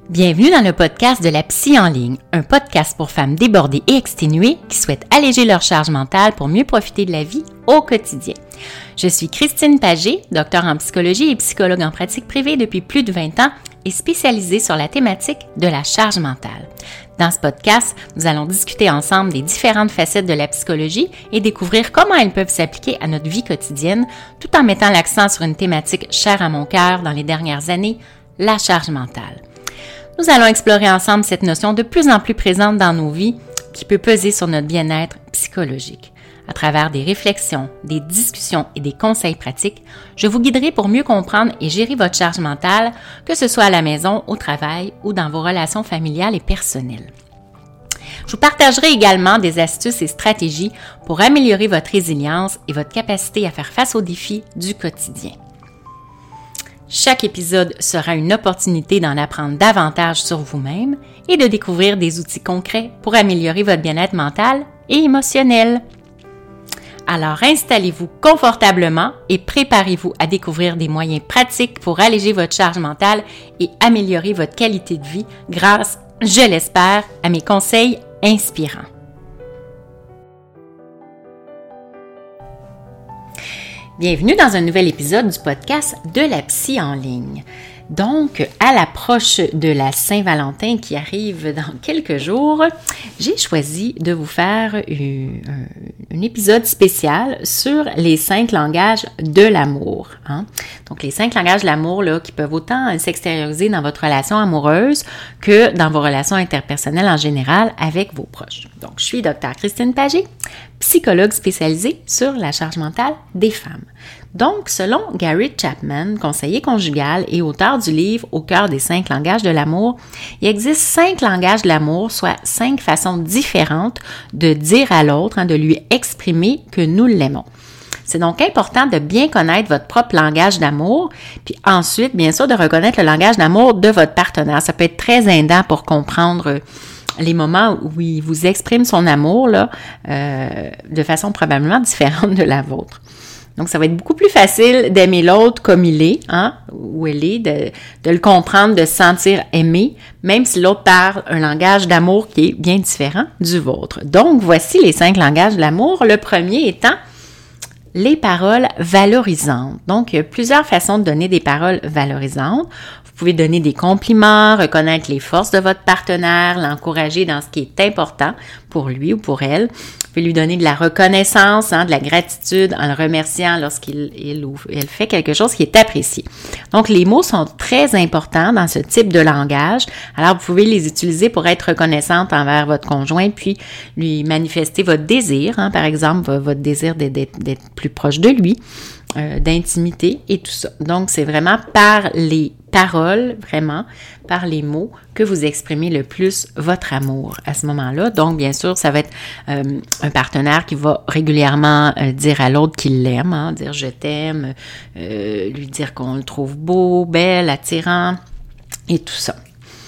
Bienvenue dans le podcast de la Psy en ligne, un podcast pour femmes débordées et exténuées qui souhaitent alléger leur charge mentale pour mieux profiter de la vie au quotidien. Je suis Christine Pagé, docteure en psychologie et psychologue en pratique privée depuis plus de 20 ans et spécialisée sur la thématique de la charge mentale. Dans ce podcast, nous allons discuter ensemble des différentes facettes de la psychologie et découvrir comment elles peuvent s'appliquer à notre vie quotidienne, tout en mettant l'accent sur une thématique chère à mon cœur dans les dernières années, la charge mentale. Nous allons explorer ensemble cette notion de plus en plus présente dans nos vies qui peut peser sur notre bien-être psychologique. À travers des réflexions, des discussions et des conseils pratiques, je vous guiderai pour mieux comprendre et gérer votre charge mentale, que ce soit à la maison, au travail ou dans vos relations familiales et personnelles. Je vous partagerai également des astuces et stratégies pour améliorer votre résilience et votre capacité à faire face aux défis du quotidien. Chaque épisode sera une opportunité d'en apprendre davantage sur vous-même et de découvrir des outils concrets pour améliorer votre bien-être mental et émotionnel. Alors installez-vous confortablement et préparez-vous à découvrir des moyens pratiques pour alléger votre charge mentale et améliorer votre qualité de vie grâce, je l'espère, à mes conseils inspirants. Bienvenue dans un nouvel épisode du podcast de la Psy en ligne. Donc, à l'approche de la Saint-Valentin qui arrive dans quelques jours, j'ai choisi de vous faire un épisode spécial sur les 5 langages de l'amour. Donc, les 5 langages de l'amour là, qui peuvent autant s'extérioriser dans votre relation amoureuse que dans vos relations interpersonnelles en général avec vos proches. Donc, je suis Dr. Christine Pagé, psychologue spécialisée sur la charge mentale des femmes. Donc, selon Gary Chapman, conseiller conjugal et auteur du livre « Au cœur des 5 langages de l'amour », il existe 5 langages de l'amour, soit 5 façons différentes de dire à l'autre, de lui exprimer que nous l'aimons. C'est donc important de bien connaître votre propre langage d'amour, puis ensuite, bien sûr, de reconnaître le langage d'amour de votre partenaire. Ça peut être très aidant pour comprendre les moments où il vous exprime son amour là, de façon probablement différente de la vôtre. Donc, ça va être beaucoup plus facile d'aimer l'autre comme il est, ou elle est, de le comprendre, de se sentir aimé, même si l'autre parle un langage d'amour qui est bien différent du vôtre. Donc, voici les 5 langages de l'amour. Le premier étant les paroles valorisantes. Donc, il y a plusieurs façons de donner des paroles valorisantes. Vous pouvez donner des compliments, reconnaître les forces de votre partenaire, l'encourager dans ce qui est important pour lui ou pour elle. Vous pouvez lui donner de la reconnaissance, de la gratitude en le remerciant lorsqu'il ou elle fait quelque chose qui est apprécié. Donc, les mots sont très importants dans ce type de langage. Alors, vous pouvez les utiliser pour être reconnaissante envers votre conjoint, puis lui manifester votre désir, par exemple, votre désir d'être plus proche de lui, d'intimité et tout ça. Donc, c'est vraiment par les paroles, vraiment, par les mots, que vous exprimez le plus votre amour à ce moment-là. Donc, bien sûr, ça va être un partenaire qui va régulièrement dire à l'autre qu'il l'aime, dire « je t'aime », lui dire qu'on le trouve beau, belle, attirant et tout ça.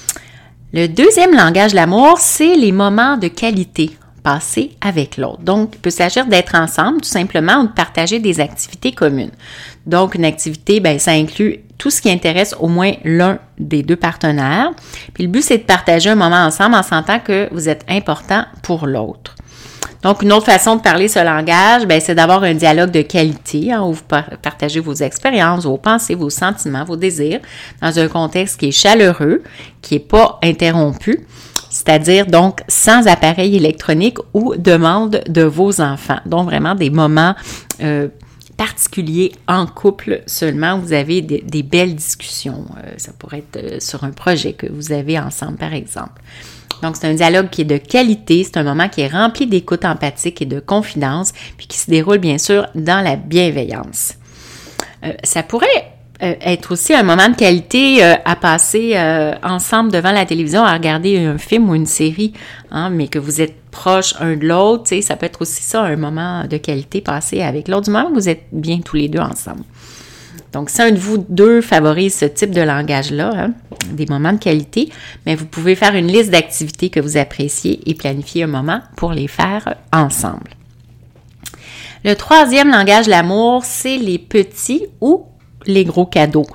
Le deuxième langage de l'amour, c'est les moments de qualité passés avec l'autre. Donc, il peut s'agir d'être ensemble, tout simplement, ou de partager des activités communes. Donc, une activité, ça inclut tout ce qui intéresse au moins l'un des deux partenaires. Puis le but, c'est de partager un moment ensemble en sentant que vous êtes important pour l'autre. Donc, une autre façon de parler ce langage, c'est d'avoir un dialogue de qualité, où vous partagez vos expériences, vos pensées, vos sentiments, vos désirs, dans un contexte qui est chaleureux, qui n'est pas interrompu, c'est-à-dire donc sans appareil électronique ou demande de vos enfants. Donc, vraiment des moments particulier en couple seulement, où vous avez des belles discussions. Ça pourrait être sur un projet que vous avez ensemble, par exemple. Donc, c'est un dialogue qui est de qualité, c'est un moment qui est rempli d'écoute empathique et de confidence, puis qui se déroule, bien sûr, dans la bienveillance. Ça pourrait être aussi un moment de qualité à passer ensemble devant la télévision, à regarder un film ou une série, mais que vous êtes proches un de l'autre, ça peut être aussi ça, un moment de qualité passé avec l'autre, du moment que vous êtes bien tous les deux ensemble. Donc, si un de vous deux favorise ce type de langage-là, des moments de qualité, mais vous pouvez faire une liste d'activités que vous appréciez et planifier un moment pour les faire ensemble. Le troisième langage de l'amour, c'est les petits ou les gros cadeaux.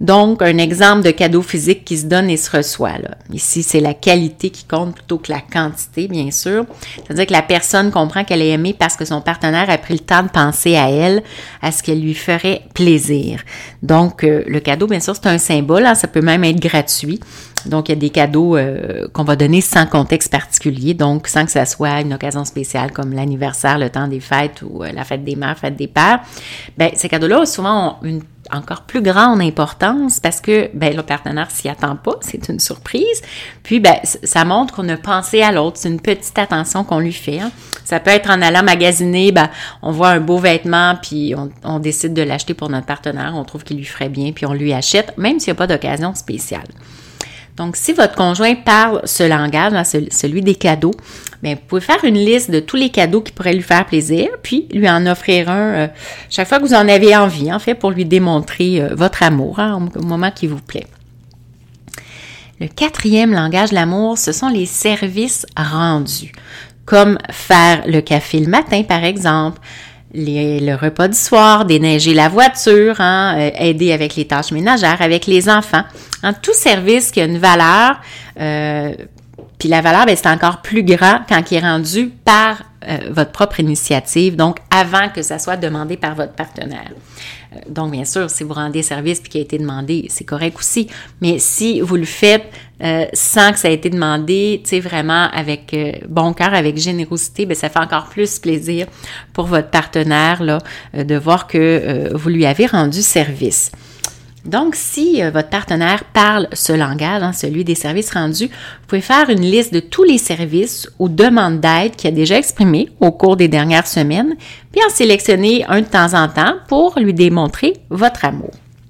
Donc, un exemple de cadeau physique qui se donne et se reçoit, là. Ici, c'est la qualité qui compte plutôt que la quantité, bien sûr. C'est-à-dire que la personne comprend qu'elle est aimée parce que son partenaire a pris le temps de penser à elle, à ce qu'elle lui ferait plaisir. Donc, le cadeau, bien sûr, c'est un symbole, hein, ça peut même être gratuit. Donc, il y a des cadeaux qu'on va donner sans contexte particulier, donc sans que ça soit une occasion spéciale comme l'anniversaire, le temps des fêtes ou la fête des mères, fête des pères. Bien, ces cadeaux-là, souvent, ont une encore plus grande importance parce que le partenaire s'y attend pas, c'est une surprise. Puis, ça montre qu'on a pensé à l'autre, c'est une petite attention qu'on lui fait. Hein. Ça peut être en allant magasiner, on voit un beau vêtement, puis on décide de l'acheter pour notre partenaire, on trouve qu'il lui ferait bien, puis on lui achète, même s'il n'y a pas d'occasion spéciale. Donc, si votre conjoint parle ce langage, celui des cadeaux, vous pouvez faire une liste de tous les cadeaux qui pourraient lui faire plaisir, puis lui en offrir un chaque fois que vous en avez envie, en fait, pour lui démontrer votre amour au moment qui vous plaît. Le 4e langage de l'amour, ce sont les services rendus, comme faire le café le matin, par exemple, le repas du soir, déneiger la voiture, aider avec les tâches ménagères, avec les enfants. Tout service qui a une valeur, puis la valeur, c'est encore plus grand quand il est rendu par votre propre initiative, donc avant que ça soit demandé par votre partenaire. Donc, bien sûr, si vous rendez service puis qu'il a été demandé, c'est correct aussi. Mais si vous le faites sans que ça ait été demandé, tu sais, vraiment avec bon cœur, avec générosité, ça fait encore plus plaisir pour votre partenaire là, de voir que vous lui avez rendu service. Donc, si votre partenaire parle ce langage, celui des services rendus, vous pouvez faire une liste de tous les services ou demandes d'aide qu'il a déjà exprimés au cours des dernières semaines, puis en sélectionner un de temps en temps pour lui démontrer votre amour.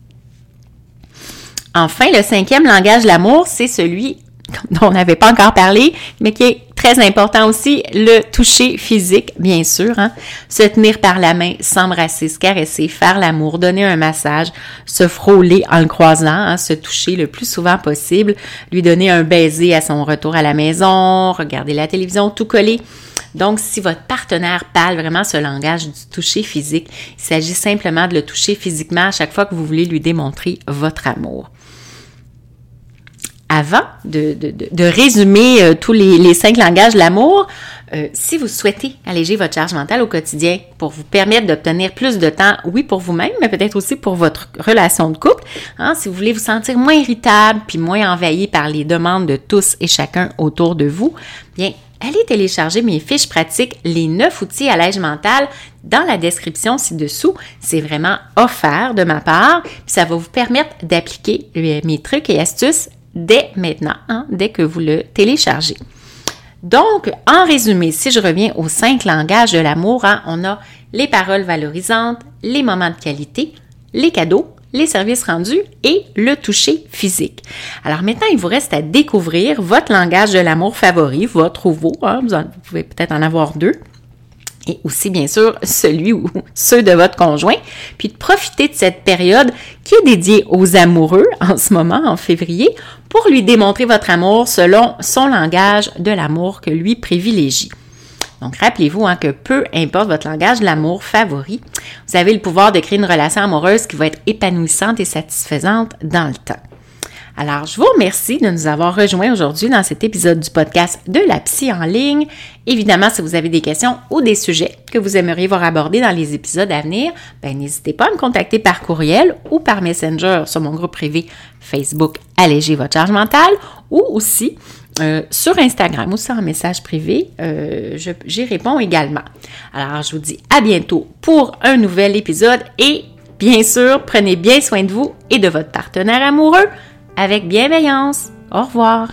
Enfin, le 5e langage de l'amour, c'est celui dont on n'avait pas encore parlé, mais qui est très important aussi, le toucher physique, bien sûr. Se tenir par la main, s'embrasser, se caresser, faire l'amour, donner un massage, se frôler en le croisant, se toucher le plus souvent possible, lui donner un baiser à son retour à la maison, regarder la télévision, tout coller. Donc, si votre partenaire parle vraiment ce langage du toucher physique, il s'agit simplement de le toucher physiquement à chaque fois que vous voulez lui démontrer votre amour. Avant de résumer tous les 5 langages de l'amour, si vous souhaitez alléger votre charge mentale au quotidien pour vous permettre d'obtenir plus de temps, oui, pour vous-même, mais peut-être aussi pour votre relation de couple, si vous voulez vous sentir moins irritable puis moins envahi par les demandes de tous et chacun autour de vous, bien, allez télécharger mes fiches pratiques, les 9 outils allège mental, dans la description ci-dessous. C'est vraiment offert de ma part, puis ça va vous permettre d'appliquer mes trucs et astuces dès maintenant, dès que vous le téléchargez. Donc, en résumé, si je reviens aux 5 langages de l'amour, on a les paroles valorisantes, les moments de qualité, les cadeaux, les services rendus et le toucher physique. Alors maintenant, il vous reste à découvrir votre langage de l'amour favori, votre ou vos, vous pouvez peut-être en avoir 2. Et aussi, bien sûr, celui ou ceux de votre conjoint, puis de profiter de cette période qui est dédiée aux amoureux en ce moment, en février, pour lui démontrer votre amour selon son langage de l'amour que lui privilégie. Donc, rappelez-vous que peu importe votre langage de l'amour favori, vous avez le pouvoir de créer une relation amoureuse qui va être épanouissante et satisfaisante dans le temps. Alors, je vous remercie de nous avoir rejoints aujourd'hui dans cet épisode du podcast de la psy en ligne. Évidemment, si vous avez des questions ou des sujets que vous aimeriez voir abordés dans les épisodes à venir, n'hésitez pas à me contacter par courriel ou par Messenger sur mon groupe privé Facebook Alléger votre charge mentale ou aussi sur Instagram ou sur un message privé, j'y réponds également. Alors, je vous dis à bientôt pour un nouvel épisode et bien sûr, prenez bien soin de vous et de votre partenaire amoureux. Avec bienveillance. Au revoir.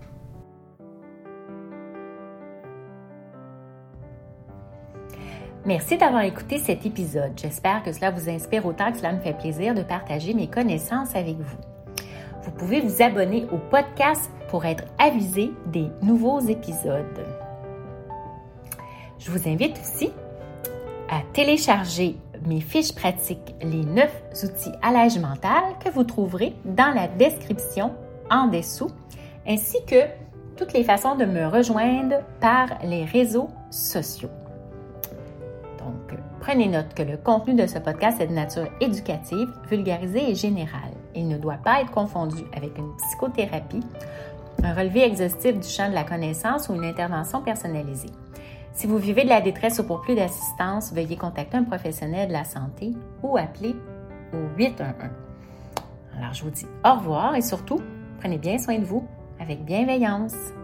Merci d'avoir écouté cet épisode. J'espère que cela vous inspire autant que cela me fait plaisir de partager mes connaissances avec vous. Vous pouvez vous abonner au podcast pour être avisé des nouveaux épisodes. Je vous invite aussi à télécharger mes fiches pratiques, les 9 outils allège mental que vous trouverez dans la description en dessous, ainsi que toutes les façons de me rejoindre par les réseaux sociaux. Donc, prenez note que le contenu de ce podcast est de nature éducative, vulgarisée et générale. Il ne doit pas être confondu avec une psychothérapie, un relevé exhaustif du champ de la connaissance ou une intervention personnalisée. Si vous vivez de la détresse ou pour plus d'assistance, veuillez contacter un professionnel de la santé ou appeler au 811. Alors, je vous dis au revoir et surtout, prenez bien soin de vous avec bienveillance.